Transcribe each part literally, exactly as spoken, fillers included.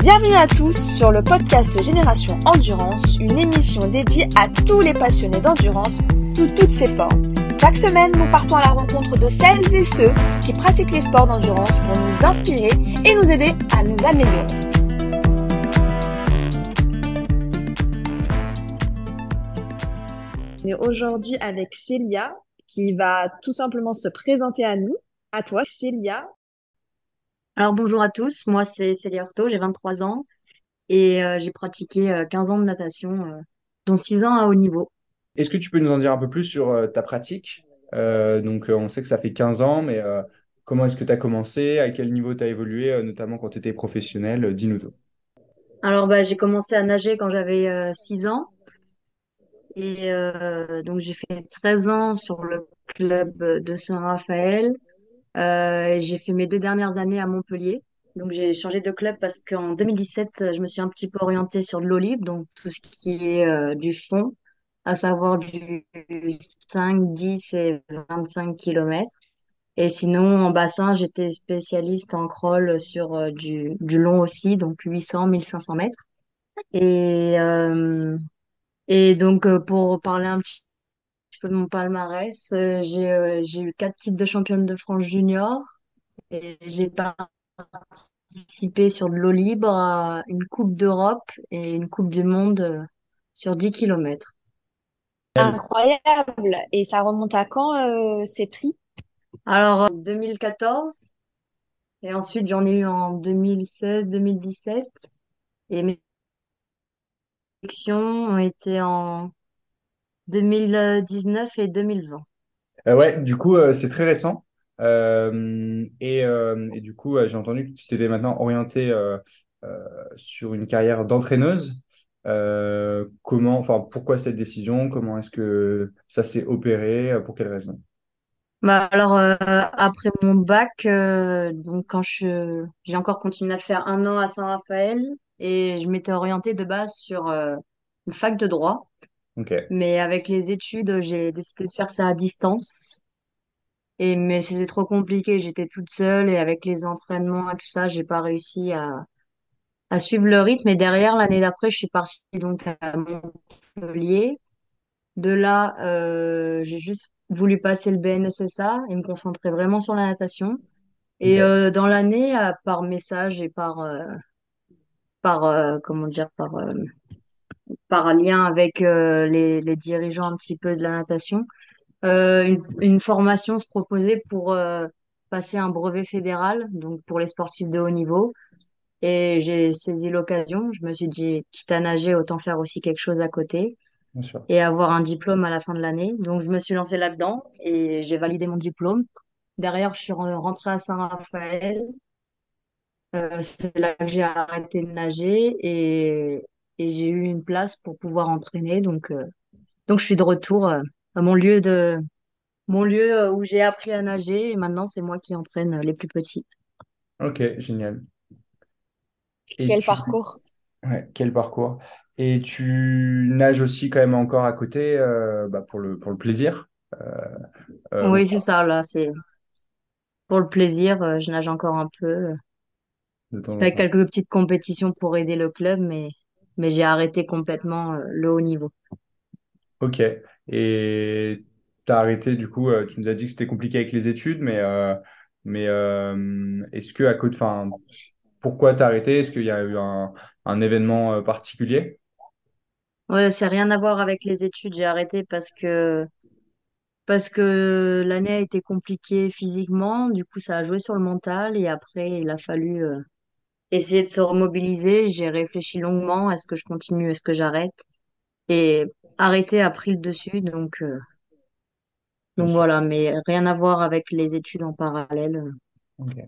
Bienvenue à tous sur le podcast Génération Endurance, une émission dédiée à tous les passionnés d'endurance sous toutes ses formes. Chaque semaine, nous partons à la rencontre de celles et ceux qui pratiquent les sports d'endurance pour nous inspirer et nous aider à nous améliorer. Et aujourd'hui avec Célia qui va tout simplement se présenter à nous. À toi, Célia. Alors bonjour à tous, moi c'est Célia Hurtaud, j'ai vingt-trois ans et euh, j'ai pratiqué euh, quinze ans de natation, euh, dont six ans à haut niveau. Est-ce que tu peux nous en dire un peu plus sur euh, ta pratique? Euh, donc, euh, on sait que ça fait quinze ans, mais euh, comment est-ce que tu as commencé? À quel niveau tu as évolué, euh, notamment quand tu étais professionnel? Euh, Dis-nous tout. Alors bah, j'ai commencé à nager quand j'avais euh, six ans et euh, donc j'ai fait treize ans sur le club de Saint-Raphaël. Euh, et j'ai fait mes deux dernières années à Montpellier. Donc j'ai changé de club parce qu'en deux mille dix-sept, je me suis un petit peu orientée sur de l'eau libre, donc tout ce qui est euh, du fond, à savoir du cinq, dix et vingt-cinq kilomètres. Et sinon, en bassin, j'étais spécialiste en crawl sur euh, du, du long aussi, donc huit cents, mille cinq cents mètres. Et, euh, et donc, euh, pour parler un petit peu de mon palmarès, euh, j'ai euh, j'ai eu quatre titres de championne de France junior et j'ai participé sur de l'eau libre à une Coupe d'Europe et une Coupe du Monde euh, sur dix kilomètres. Incroyable. Et ça remonte à quand euh, ces prix? Alors, deux mille quatorze, et ensuite j'en ai eu en deux mille seize, deux mille dix-sept, et mes sélections ont été en deux mille dix-neuf et deux mille vingt. Euh, ouais, du coup, euh, c'est très récent. Euh, et, euh, et du coup, euh, j'ai entendu que tu t'étais maintenant orienté euh, euh, sur une carrière d'entraîneuse. Euh, comment, enfin, pourquoi cette décision? Comment est-ce que ça s'est opéré? Euh, Pour quelles raisons? Bah alors euh, après mon bac, euh, donc quand je j'ai encore continué à faire un an à Saint-Raphaël et je m'étais orientée de base sur euh, une fac de droit. Ok, Mais avec les études, j'ai décidé de faire ça à distance. Et mais c'était trop compliqué, j'étais toute seule et avec les entraînements et tout ça, j'ai pas réussi à, à suivre le rythme. Et derrière, l'année d'après, je suis partie donc à Montpellier. De là, euh, j'ai juste voulu passer le B N S S A et me concentrer vraiment sur la natation. Et ok, euh, dans l'année, à- par message et par, euh, par euh, comment dire, par, euh, par lien avec euh, les, les dirigeants un petit peu de la natation, Euh, une, une formation se proposait pour euh, passer un brevet fédéral, donc pour les sportifs de haut niveau. Et j'ai saisi l'occasion. Je me suis dit, quitte à nager, autant faire aussi quelque chose à côté bien sûr. et avoir un diplôme à la fin de l'année. Donc je me suis lancée là-dedans et j'ai validé mon diplôme. Derrière, je suis re- rentrée à Saint-Raphaël. Euh, c'est là que j'ai arrêté de nager et, et j'ai eu une place pour pouvoir entraîner. Donc, euh, donc je suis de retour euh, à mon lieu de mon lieu euh, où j'ai appris à nager et maintenant c'est moi qui entraîne les plus petits. Ok, génial. Et Quel tu, parcours? ouais, quel parcours. Et tu nages aussi quand même encore à côté euh, bah, pour le, pour le plaisir. Euh, euh, ou Oui, c'est pas, ça, là, c'est pour le plaisir, euh, je nage encore un peu. euh, de temps Je en fais temps. quelques petites compétitions pour aider le club, mais, mais j'ai arrêté complètement euh, le haut niveau. Ok. Et tu as arrêté, du coup, euh, tu nous as dit que c'était compliqué avec les études, mais, euh, mais euh, est-ce que à côté, enfin, pourquoi t'as arrêté? Est-ce qu'il y a eu un, un événement euh, particulier? Ouais, c'est rien à voir avec les études, j'ai arrêté parce que parce que l'année a été compliquée physiquement, du coup ça a joué sur le mental et après il a fallu euh, essayer de se remobiliser. J'ai réfléchi longuement, est-ce que je continue, est-ce que j'arrête? Et arrêter a pris le dessus, donc, euh, Bien donc sûr. voilà, mais rien à voir avec les études en parallèle. Ok.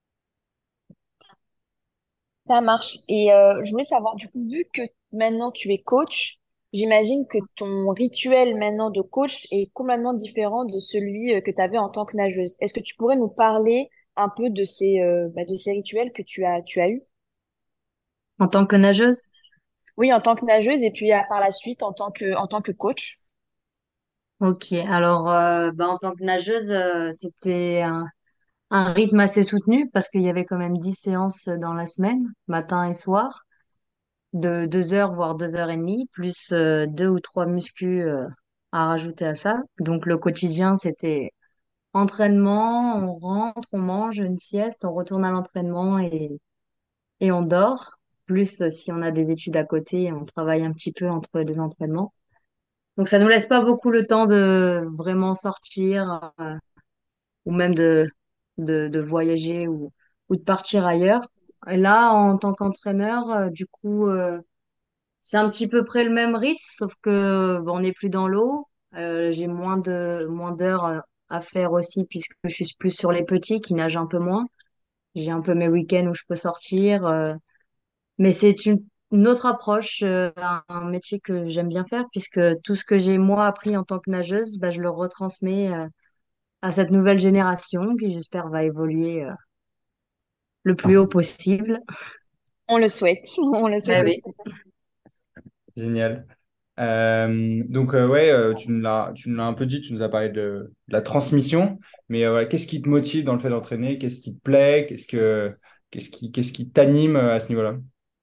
Ça marche. Et euh, je voulais savoir, du coup, vu que maintenant tu es coach, j'imagine que ton rituel maintenant de coach est complètement différent de celui euh, que tu avais en tant que nageuse. Est-ce que tu pourrais nous parler un peu de ces, euh, bah, de ces rituels que tu as, tu as eus? En tant que nageuse, Oui, en tant que nageuse et puis euh, par la suite en tant que, en tant que coach. ok. Alors, euh, bah, en tant que nageuse, euh, c'était un, un rythme assez soutenu parce qu'il y avait quand même dix séances dans la semaine, matin et soir, de deux heures, voire deux heures et demie, plus euh, deux ou trois muscu euh, à rajouter à ça. Donc le quotidien, c'était entraînement, on rentre, on mange une sieste, on retourne à l'entraînement et, et on dort. Plus euh, si on a des études à côté, on travaille un petit peu entre les entraînements. Donc ça nous laisse pas beaucoup le temps de vraiment sortir euh, ou même de, de, de voyager ou, ou de partir ailleurs. Et là, en tant qu'entraîneur, euh, du coup, euh, c'est un petit peu près le même rythme, sauf que bon, on n'est plus dans l'eau. Euh, j'ai moins de moins d'heures euh, à faire aussi puisque je suis plus sur les petits qui nagent un peu moins. J'ai un peu mes week-ends où je peux sortir, euh, mais c'est une, une autre approche, euh, un, un métier que j'aime bien faire puisque tout ce que j'ai moi appris en tant que nageuse, bah, je le retransmets euh, à cette nouvelle génération qui j'espère va évoluer euh, le plus haut possible. On le souhaite, on le souhaite Ouais, oui. aussi. Génial. Euh, donc, euh, ouais, euh, tu nous l'as, tu nous l'as un peu dit, tu nous as parlé de, de la transmission, mais euh, ouais, qu'est-ce qui te motive dans le fait d'entraîner? Qu'est-ce qui te plaît? Qu'est-ce que, qu'est-ce qui, qu'est-ce qui t'anime euh, à ce niveau-là?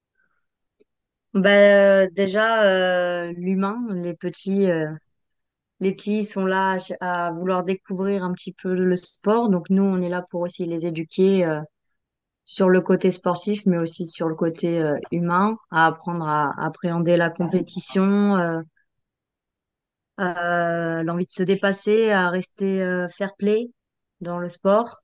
Bah, euh, déjà, euh, l'humain, les petits, euh, les petits sont là à, ch- à vouloir découvrir un petit peu le sport. Donc nous, on est là pour aussi les éduquer euh, sur le côté sportif, mais aussi sur le côté euh, humain, à apprendre à, appréhender la compétition, euh, euh, l'envie de se dépasser, à rester euh, fair play dans le sport.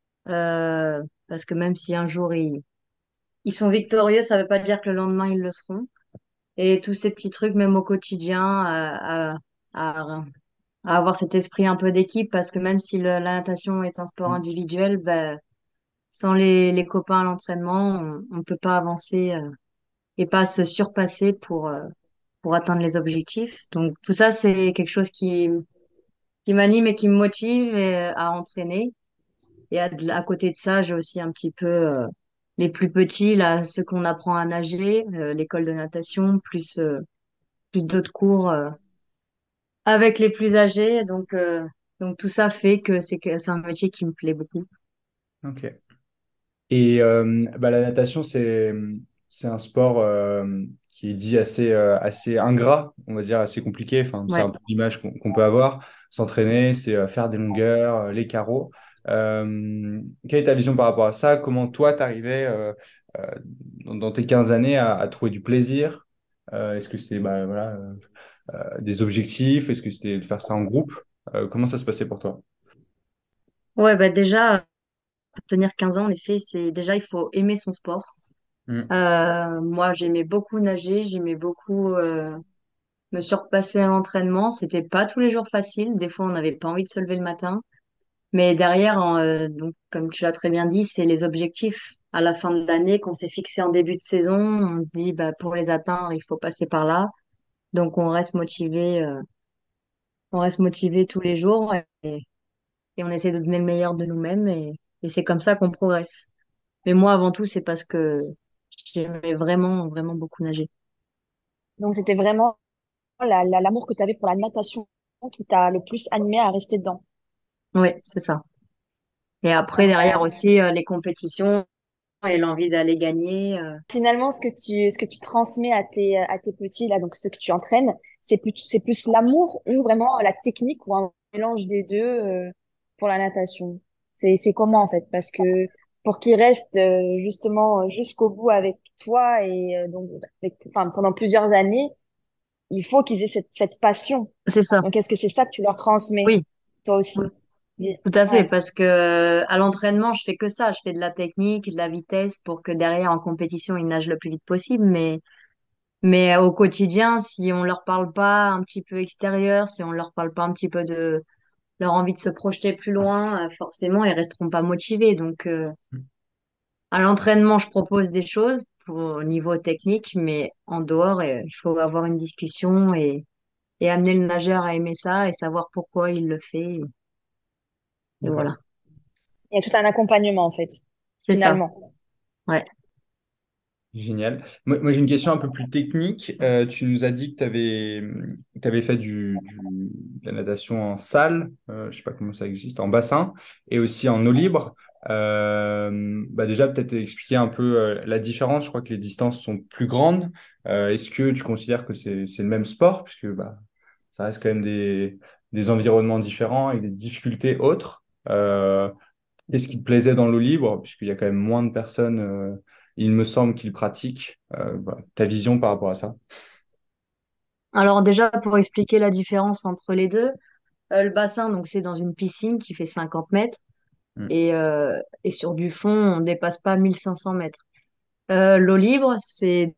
Euh, parce que même si un jour ils, ils sont victorieux, ça veut pas dire que le lendemain ils le seront. Et tous ces petits trucs, même au quotidien, à, à, à, à avoir cet esprit un peu d'équipe, parce que même si le- la natation est un sport individuel, ben, sans les, les copains à l'entraînement, on ne peut pas avancer euh, et pas se surpasser pour, euh, pour atteindre les objectifs. Donc tout ça, c'est quelque chose qui, qui m'anime et qui me motive et- à entraîner. Et à, à côté de ça, j'ai aussi un petit peu euh, les plus petits, là, ceux qu'on apprend à nager, euh, l'école de natation, plus, euh, plus d'autres cours euh, avec les plus âgés. Donc, euh, donc tout ça fait que c'est que c'est un métier qui me plaît beaucoup. Ok. Et euh, bah, la natation, c'est, c'est un sport euh, qui est dit assez, euh, assez ingrat, on va dire, assez compliqué. Enfin, c'est Ouais. un peu l'image qu'on qu'on peut avoir. S'entraîner, c'est euh, faire des longueurs, euh, les carreaux. Euh, quelle est ta vision par rapport à ça? Comment toi, t'arrivais euh, euh, dans, dans tes quinze années à, à trouver du plaisir? Euh, est-ce que c'était bah, voilà, euh, euh, des objectifs? Est-ce que c'était de faire ça en groupe? Euh, comment ça se passait pour toi? Ouais, bah déjà, pour tenir quinze ans, en effet, c'est déjà, il faut aimer son sport. Mm. Euh, moi, j'aimais beaucoup nager, j'aimais beaucoup euh, me surpasser à l'entraînement. C'était pas tous les jours facile. Des fois, on n'avait pas envie de se lever le matin. Mais derrière, en, euh, donc, comme tu l'as très bien dit, c'est les objectifs à la fin de l'année qu'on s'est fixé en début de saison. On se dit, bah, pour les atteindre, il faut passer par là. Donc, on reste motivé, euh, on reste motivé tous les jours et, et on essaie de donner le meilleur de nous-mêmes et, et c'est comme ça qu'on progresse. Mais moi, avant tout, c'est parce que j'aimais vraiment, vraiment beaucoup nager. Donc, c'était vraiment la, la- l'amour que tu avais pour la natation qui t'a le plus animé à rester dedans. Oui, c'est ça. Et après, derrière Euh, aussi, euh, les compétitions et l'envie d'aller gagner. euh, Finalement, ce que tu, ce que tu transmets à tes, à tes petits, là, donc ceux que tu entraînes, c'est plus, c'est plus l'amour ou vraiment la technique ou un mélange des deux, euh, pour la natation. C'est, c'est comment, en fait? Parce que pour qu'ils restent, euh, justement, euh, jusqu'au bout avec toi et, euh, donc, avec- enfin, pendant plusieurs années, il faut qu'ils aient cette, cette passion. c'est ça. Donc, est-ce que c'est ça que tu leur transmets, Oui, toi oui, aussi? Oui. tout à fait. Ouais. Parce que euh, à l'entraînement, je fais que ça. Je fais de la technique, de la vitesse pour que derrière, en compétition, ils nagent le plus vite possible. Mais, mais au quotidien, si on leur parle pas un petit peu extérieur, si on leur parle pas un petit peu de leur envie de se projeter plus loin, euh, forcément, ils resteront pas motivés. Donc, euh, à l'entraînement, je propose des choses pour, au niveau technique, mais en dehors, euh, il faut avoir une discussion et, et amener le nageur à aimer ça et savoir pourquoi il le fait. Et D'accord. voilà, Mm. Il y a tout un accompagnement, en fait, c'est ça. finalement. Ouais. Génial. Moi, moi, j'ai une question un peu plus technique. Euh, tu nous as dit que tu avais, fait du, du- de la natation en salle, euh, je sais pas comment ça existe, en bassin, et aussi en eau libre. Euh, bah déjà, peut-être expliquer un peu euh, la différence. Je crois que les distances sont plus grandes. Euh, est-ce que tu considères que c'est c'est le même sport? Puisque bah, ça reste quand même des, des environnements différents et des difficultés autres. Euh, Qu'est-ce qui te plaisait dans l'eau libre? Puisqu'il y a quand même moins de personnes, euh, il me semble, qui le pratiquent. Euh, voilà, ta vision par rapport à ça? Alors déjà, pour expliquer la différence entre les deux, euh, le bassin, donc c'est dans une piscine qui fait cinquante mètres Mm. et, euh, et sur du fond, on dépasse pas mille cinq cents mètres. Euh, l'eau libre, c'est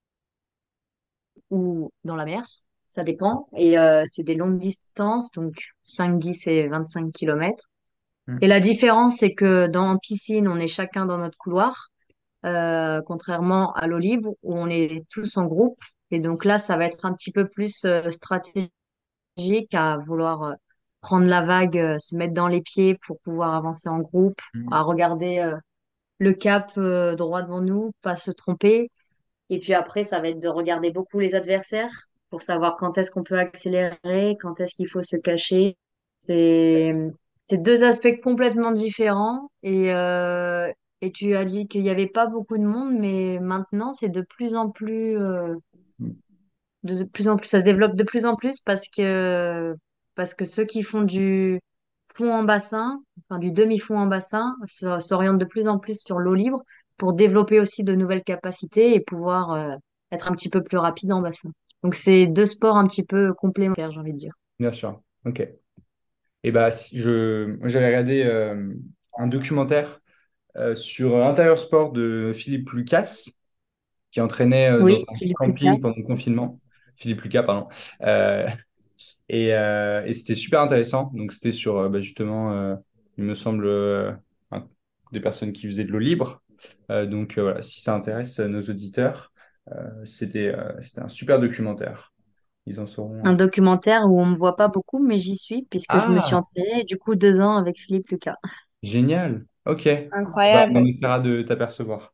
ou dans la mer, ça dépend. Et euh, c'est des longues distances, donc cinq, dix et vingt-cinq kilomètres. Et Mm. la différence, c'est que dans la piscine, on est chacun dans notre couloir, euh, contrairement à l'eau libre où on est tous en groupe. Et donc là, ça va être un petit peu plus euh, stratégique à vouloir euh, prendre la vague, euh, se mettre dans les pieds pour pouvoir avancer en groupe, Mm. à regarder euh, le cap euh, droit devant nous, pas se tromper. Et puis après, ça va être de regarder beaucoup les adversaires pour savoir quand est-ce qu'on peut accélérer, quand est-ce qu'il faut se cacher. C'est, c'est deux aspects complètement différents. Et, euh, et tu as dit qu'il n'y avait pas beaucoup de monde, mais maintenant, c'est de plus en plus, euh, Mm. de plus en plus, ça se développe de plus en plus parce que, parce que ceux qui font du fond en bassin, enfin du demi-fond en bassin, se- s'orientent de plus en plus sur l'eau libre pour développer aussi de nouvelles capacités et pouvoir euh, être un petit peu plus rapide en bassin. Donc c'est deux sports un petit peu complémentaires, j'ai envie de dire. Bien sûr. Ok. Et bah, si je, moi, j'avais regardé euh, un documentaire euh, sur Intérieur Sport de Philippe Lucas, qui entraînait euh, dans Oui, un Philippe Lucas. camping pendant le confinement. Philippe Lucas, pardon. Euh, et euh, et c'était super intéressant. Donc, c'était sur euh, bah, justement, euh, il me semble, euh, un- des personnes qui faisaient de l'eau libre. Euh, donc, euh, voilà, si ça intéresse euh, nos auditeurs, euh, c'était euh, c'était un super documentaire. Ils en sauront. Un euh. documentaire où on me voit pas beaucoup, mais j'y suis puisque je me suis Ah, entraînée du coup deux ans avec Philippe Lucas. génial. Ok. Bah, on Incroyable. essaiera de t'apercevoir.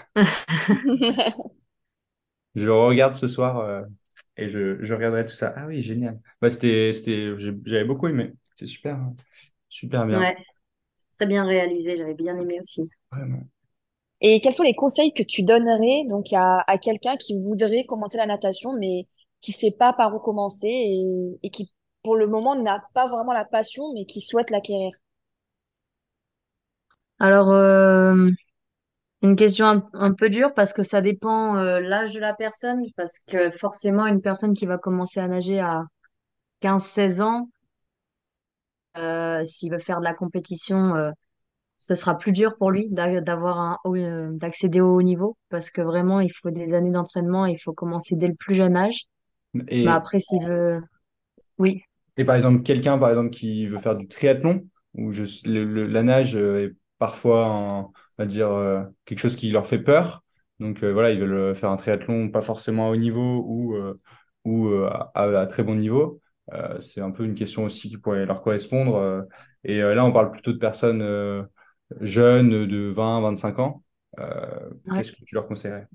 Je regarde ce soir euh, et je, je regarderai tout ça. Ah oui, génial. Bah, c'était, c'était, j'ai- j'avais beaucoup aimé. C'est super, super bien. Ouais, très bien réalisé, j'avais bien aimé aussi. Vraiment. Et quels sont les conseils que tu donnerais donc à, à quelqu'un qui voudrait commencer la natation, mais qui sait pas par où commencer et, et qui, pour le moment, n'a pas vraiment la passion, mais qui souhaite l'acquérir? Alors, euh, une question un, un peu dure parce que ça dépend euh, l'âge de la personne, parce que forcément, une personne qui va commencer à nager à quinze seize ans, euh, s'il veut faire de la compétition, euh, ce sera plus dur pour lui d'a- d'avoir un haut- euh, d'accéder au haut niveau parce que vraiment, il faut des années d'entraînement, il faut commencer dès le plus jeune âge. Mais Et, après, s'il veut, oui, et par exemple, quelqu'un par exemple qui veut faire du triathlon, où je, le- le- la nage euh, est parfois, un- on va dire, euh, quelque chose qui leur fait peur. Donc euh, voilà, ils veulent euh, faire un triathlon pas forcément à haut niveau ou, euh, ou euh, à, à très bon niveau. Euh, c'est un peu une question aussi qui pourrait leur correspondre. euh. Et euh, là, on parle plutôt de personnes euh, jeunes de vingt vingt-cinq ans. Euh, ouais. Qu'est-ce que tu leur conseillerais?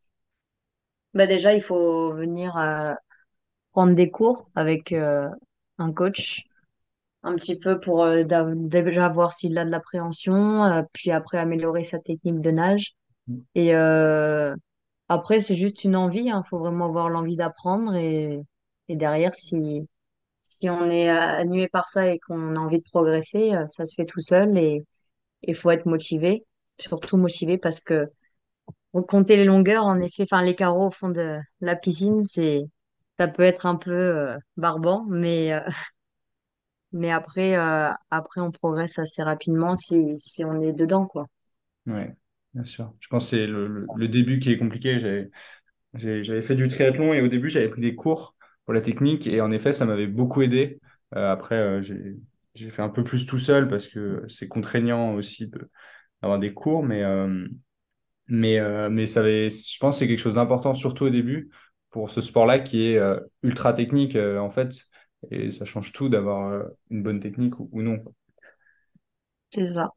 Bah déjà, il faut venir euh, prendre des cours avec euh, un coach un petit peu pour euh, d'a- déjà voir s'il a de l'appréhension, euh, puis après améliorer sa technique de nage. Et euh, après, c'est juste une envie, il faut vraiment avoir l'envie d'apprendre et, et derrière, si, si on est euh, animé par ça et qu'on a envie de progresser, euh, ça se fait tout seul et il faut être motivé, surtout motivé parce que compter les longueurs, en effet, enfin les carreaux au fond de la piscine, c'est ça peut être un peu euh, barbant, mais euh, mais après, euh, après, on progresse assez rapidement si, si on est dedans, quoi. Ouais, bien sûr. Je pense que c'est le, le- le début qui est compliqué. J'ai- j'ai- J'avais fait du triathlon et au début, j'avais pris des cours pour la technique et en effet, ça m'avait beaucoup aidé. Euh, après, euh, j'ai j'ai fait un peu plus tout seul parce que c'est contraignant aussi de- d'avoir des cours, mais, euh, mais, euh, mais ça avait, je pense que c'est quelque chose d'important, surtout au début, pour ce sport-là qui est euh, ultra technique euh, en fait, et ça change tout d'avoir euh, une bonne technique ou, ou non. C'est ça.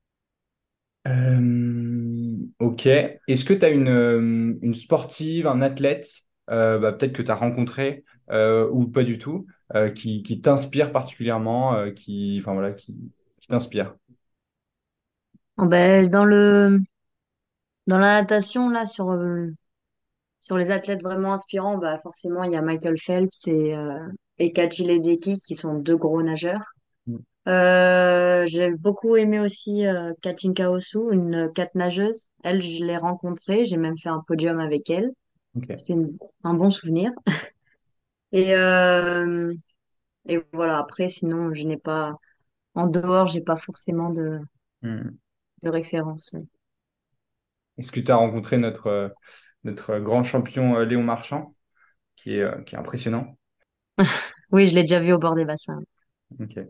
Euh, ok. Est-ce que tu as une, euh, une sportive, un athlète, euh, bah, peut-être que tu as rencontré euh, ou pas du tout, euh, qui, qui t'inspire particulièrement, euh, qui, enfin, voilà, qui, qui t'inspire? Oh, ben, dans le, dans la natation, là, sur, euh, sur les athlètes vraiment inspirants, bah, forcément, il y a Michael Phelps et, euh, et Kachi Ledecky qui sont deux gros nageurs. Mm. Euh, j'ai beaucoup aimé aussi euh, Katinka Hosszu, une quatre nageuse. Elle, je l'ai rencontrée, j'ai même fait un podium avec elle. Ok. C'était une- un bon souvenir. Et, euh, et voilà, après, sinon, je n'ai pas, en dehors, j'ai pas forcément de, Mm. de référence. Est-ce que tu as rencontré notre, euh, notre grand champion euh, Léon Marchand, qui est, euh, qui est impressionnant? Oui, je l'ai déjà vu au bord des bassins. Ok.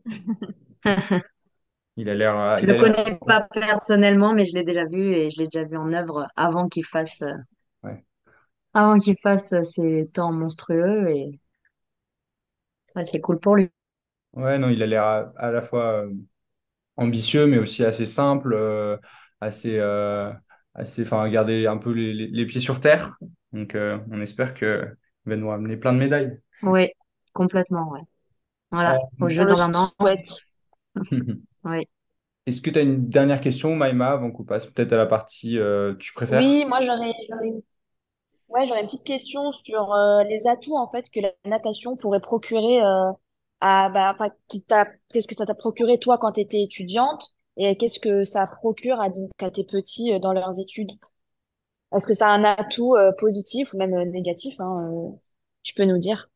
Il a l'air, euh, Je il le a l'air. connais pas personnellement, mais je l'ai déjà vu et je l'ai déjà vu en œuvre avant qu'il fasse, euh, Ouais. avant qu'il fasse euh, ses temps monstrueux et ouais, c'est cool pour lui. Ouais, non, il a l'air à, à la fois euh, ambitieux, mais aussi assez simple, euh, assez, euh, assez, enfin, garder un peu les, les- les pieds sur terre. Donc, euh, on espère que il va nous ramener plein de médailles. Oui, complètement, ouais. Euh, Voilà, au On jeu le dans un an. souhaite. Oui. Est-ce que tu as une dernière question, Maïma, avant qu'on passe peut-être à la partie euh, tu préfères? Oui, moi j'aurais j'aurais ouais, j'aurais une petite question sur euh, les atouts en fait que la natation pourrait procurer euh, à bah enfin qui t'a qu'est-ce que ça t'a procuré toi quand tu étais étudiante et qu'est-ce que ça procure à donc à tes petits euh, dans leurs études? Est-ce que ça a un atout euh, positif ou même euh, négatif hein, euh, tu peux nous dire?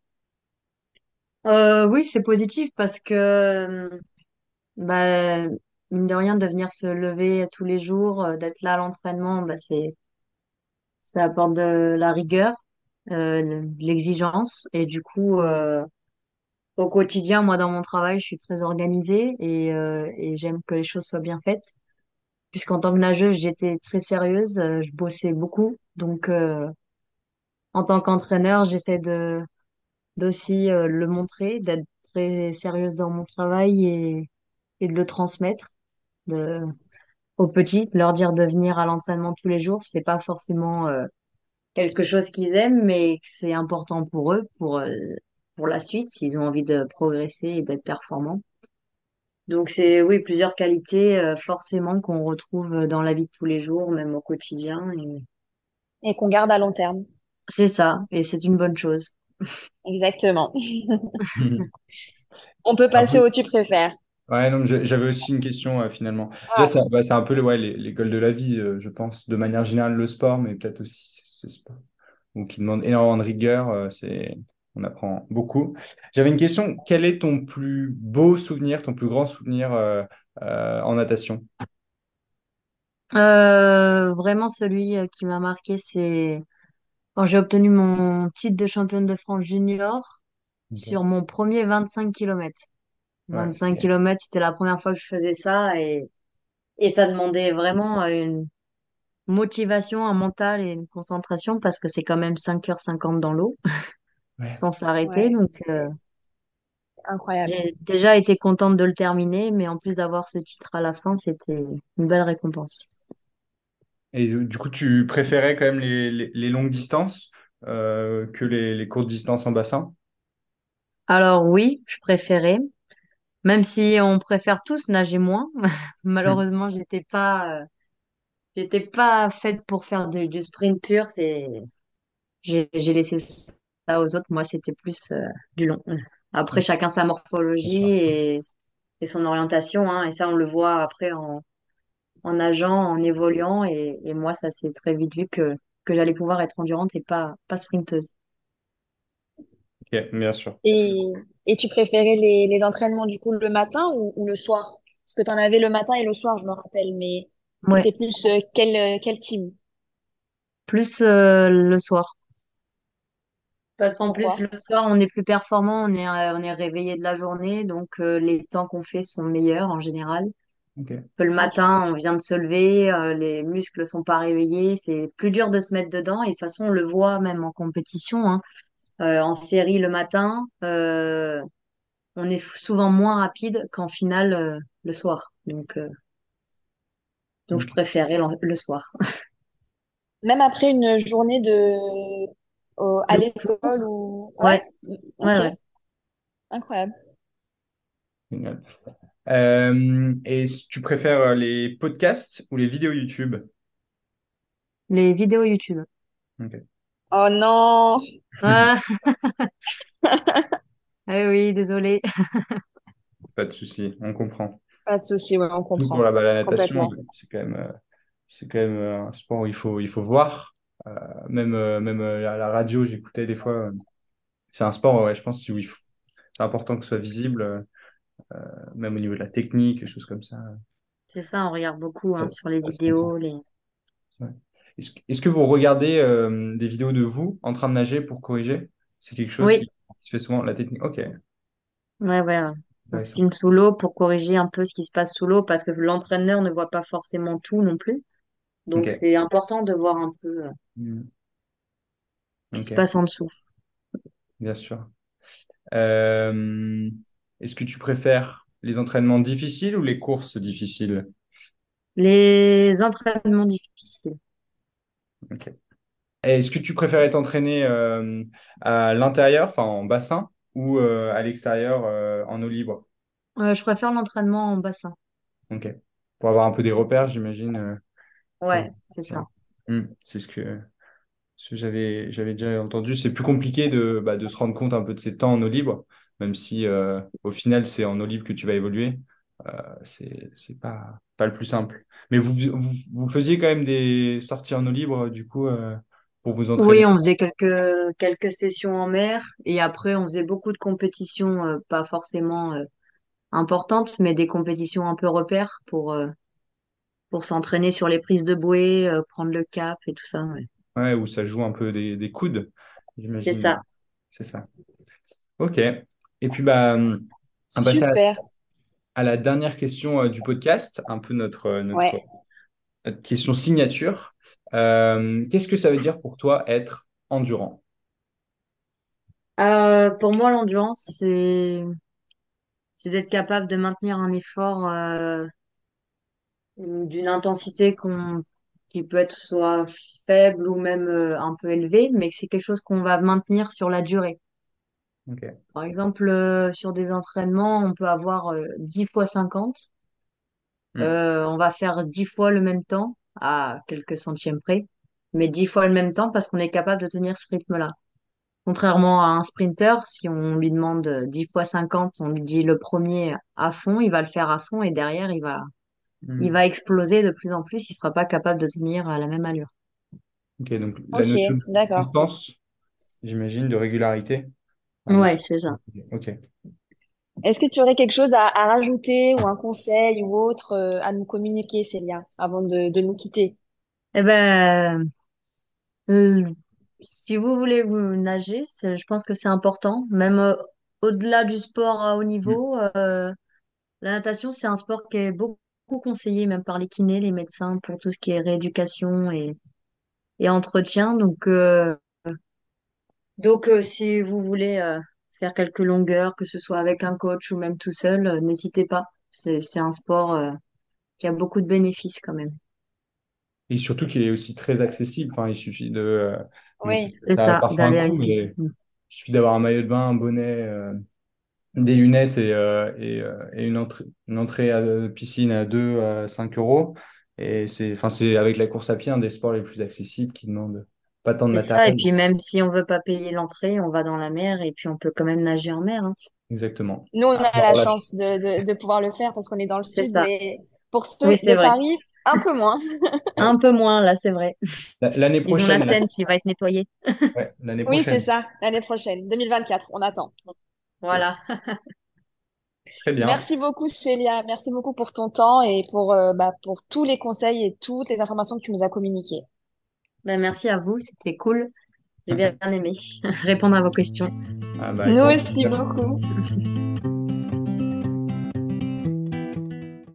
Euh, oui, c'est positif parce que, euh, bah, mine de rien, de venir se lever tous les jours, euh, d'être là à l'entraînement, bah, c'est, ça apporte de la rigueur, euh, de l'exigence et du coup, euh, au quotidien, moi, dans mon travail, je suis très organisée et, euh, et j'aime que les choses soient bien faites. Puisqu'en tant que nageuse, j'étais très sérieuse, euh, je bossais beaucoup. Donc, euh, en tant qu'entraîneur, j'essaie de d'aussi euh, le montrer, d'être très sérieuse dans mon travail et, et de le transmettre de, aux petits, de leur dire de venir à l'entraînement tous les jours. C'est pas forcément euh, quelque chose qu'ils aiment, mais que c'est important pour eux, pour, euh, pour la suite, s'ils ont envie de progresser et d'être performants. Donc c'est oui, plusieurs qualités euh, forcément qu'on retrouve dans la vie de tous les jours, même au quotidien. Et Et qu'on garde à long terme. c'est ça, et c'est une bonne chose. Exactement. On peut Un passer peu. au tu préfères. Ouais, non, mais j'ai- j'avais aussi une question euh, finalement. Déjà, Ah, ça- bah, c'est un peu les- ouais, les- l'école de la vie, euh, je pense, de manière générale, le sport, mais peut-être aussi ce sport. Donc, il demande énormément de rigueur. euh, c'est, on apprend beaucoup. J'avais une question. Quel est ton plus beau souvenir, ton plus grand souvenir euh, euh, en natation? Euh, vraiment, celui euh, qui m'a marqué, c'est quand j'ai obtenu mon titre de championne de France junior Ok. sur mon premier vingt-cinq kilomètres. Ouais, vingt-cinq ok. kilomètres, c'était la première fois que je faisais ça et, et ça demandait vraiment euh, une motivation, un mental et une concentration parce que c'est quand même cinq heures cinquante dans l'eau Ouais. sans s'arrêter. ouais, Donc, euh, c'est incroyable. j'ai déjà été contente de le terminer, mais en plus d'avoir ce titre à la fin, c'était une belle récompense. Et euh, du coup, tu préférais quand même les, les- les longues distances euh, que les, les courtes distances en bassin? Alors oui, je préférais, même si on préfère tous nager moins. Malheureusement, j'étais pas, euh, j'étais pas faite pour faire du, du sprint pur. C'est, j'ai, j'ai laissé ça aux autres. Moi, c'était plus euh, du long. Après, chacun sa Bien morphologie sûr. et, et son orientation, hein, et ça, on le voit après en, en nageant, en évoluant. Et, et moi, ça s'est très vite vu que, que j'allais pouvoir être endurante et pas, pas sprinteuse. Ok, bien sûr. Et, et tu préférais les, les entraînements du coup le matin ou, ou le soir? Parce que tu en avais le matin et le soir, je me rappelle, mais Ouais, c'était plus euh, quel, euh, quel team? plus euh, le soir. Parce qu'en plus, Pourquoi? le soir, on est plus performant, on est, euh, on est réveillé de la journée, donc euh, les temps qu'on fait sont meilleurs en général. Ok. Que le Ok. matin, on vient de se lever, euh, les muscles sont pas réveillés, c'est plus dur de se mettre dedans. Et de toute façon, on le voit même en compétition, hein. Euh, en série le matin, euh, on est souvent moins rapide qu'en finale euh, le soir. Donc, euh, donc je Ok. préférais le, le soir. Même après une journée de euh, à De- l'école ou ouais, Ouais, ouais, ok, ouais. incroyable. Génial. Euh, et s- tu préfères euh, les podcasts ou les vidéos YouTube? Les vidéos YouTube. Ok, Oh non! Ah, ah oui, désolée. pas de souci, on comprend. Pas de souci, ouais, on Tout pour comprend la, bah, la natation, complètement. c'est quand même, euh, c'est quand même euh, un sport où il faut, il faut voir. Euh, même euh, même euh, à la radio, j'écoutais des fois. euh, c'est un sport, ouais, je pense, où il faut- c'est important que ce soit visible, euh, même au niveau de la technique, les choses comme ça. C'est ça, on regarde beaucoup Ça, hein, sur les ça se comprend. vidéos. Les... Ouais. Est-ce, que est-ce que vous regardez euh, des vidéos de vous en train de nager pour corriger? C'est quelque chose qui, Oui, qui se fait souvent, la technique. Ok, ouais, ouais. Ouais. On se intéressant. filme sous l'eau pour corriger un peu ce qui se passe sous l'eau parce que l'entraîneur ne voit pas forcément tout non plus. Donc Ok. c'est important de voir un peu euh, Hmm. ce qui se Ok, passe en dessous. bien sûr. Euh, est-ce que tu préfères les entraînements difficiles ou les courses difficiles? Les entraînements difficiles. Ok. Et est-ce que tu préférais t'entraîner euh, à l'intérieur, enfin en bassin, ou euh, à l'extérieur euh, en eau libre? Euh, je préfère l'entraînement en bassin. Ok. Pour avoir un peu des repères, j'imagine. euh, pour... Ouais, c'est Ouais. ça. Hmm. C'est ce que, ce que j'avais, j'avais déjà entendu. C'est plus compliqué de, bah, de se rendre compte un peu de ces temps en eau libre, même si euh, au final c'est en eau libre que tu vas évoluer. Euh, c'est, c'est pas, pas le plus simple. Mais vous, vous, vous faisiez quand même des sorties en eau libre, du coup, euh, pour vous Oui, entraîner. on faisait quelques, quelques sessions en mer et après on faisait beaucoup de compétitions, euh, pas forcément euh, importantes, mais des compétitions un peu repères pour, euh, pour s'entraîner sur les prises de bouée, euh, prendre le cap et tout ça. Ouais. Ouais, où ça joue un peu des, des coudes, C'est j'imagine. ça. C'est ça. Ok. Et puis, bah, hum, on va passer à, Super. à la dernière question euh, du podcast, un peu notre, euh, notre, Ouais. notre question signature. Euh, qu'est-ce que ça veut dire pour toi être endurant? Euh, pour moi, l'endurance, c'est, c'est d'être capable de maintenir un effort euh, d'une intensité qu'on, qui peut être soit faible ou même euh, un peu élevée, mais que c'est quelque chose qu'on va maintenir sur la durée. Ok. Par exemple, euh, sur des entraînements, on peut avoir euh, dix fois cinquante. Hmm. Euh, on va faire dix fois le même temps, à quelques centièmes près, mais dix fois le même temps parce qu'on est capable de tenir ce rythme-là. Contrairement à un sprinter, si on lui demande euh, dix fois cinquante, on lui dit le premier à fond, il va le faire à fond et derrière, il va, il Hmm. va exploser de plus en plus, il sera pas capable de tenir à la même allure. Ok, donc la Ok, notion de d'accord. constance, j'imagine, de régularité. Un Ouais, effort. c'est ça. Ok. Est-ce que tu aurais quelque chose à, à rajouter ou un conseil ou autre euh, à nous communiquer, Célia, avant de, de nous quitter? Eh ben, euh, si vous voulez vous nager, c'est- je pense que c'est important, même euh, au-delà du sport à haut Hmm. niveau. euh, La natation, c'est un sport qui est beaucoup conseillé, même par les kinés, les médecins, pour tout ce qui est rééducation et, et entretien. Donc, euh, donc euh, si vous voulez euh, faire quelques longueurs, que ce soit avec un coach ou même tout seul, euh, n'hésitez pas. C'est, c'est un sport euh, qui a beaucoup de bénéfices quand même. Et surtout qu'il est aussi très accessible. Enfin, il suffit de. euh, bon, c'est- Oui, C'est ça a ça, parfois un d'aller à coût, une mais piscine. il suffit d'avoir un maillot de bain, un bonnet, euh, des lunettes et, euh, et, euh, et une entrée, une entrée à la piscine à deux à cinq euros. Et c'est, enfin, c'est avec la course à pied un des sports les plus accessibles qui demandent pas tant de C'est ça. Et matériel. puis même si on veut pas payer l'entrée, on va dans la mer et puis on peut quand même nager en mer, hein. Exactement. nous, on Ah, a bon, la voilà. chance de, de, de pouvoir le faire parce qu'on est dans le C'est sud, ça. mais pour Oui, ceux c'est de vrai. Paris, un peu moins. Ouais. Un peu moins, là, c'est vrai. La- L'année Ils ont la prochaine, là. Seine qui va être nettoyée. Ouais, l'année Oui, c'est prochaine. ça, l'année prochaine, deux mille vingt-quatre, on attend. Voilà. Très bien. Merci beaucoup, Célia. Merci beaucoup pour ton temps et pour, euh, bah, pour tous les conseils et toutes les informations que tu nous as communiquées. Ben, merci à vous, c'était cool. J'ai bien aimé répondre à vos questions. Ah bah, avec Nous grand aussi plaisir. beaucoup.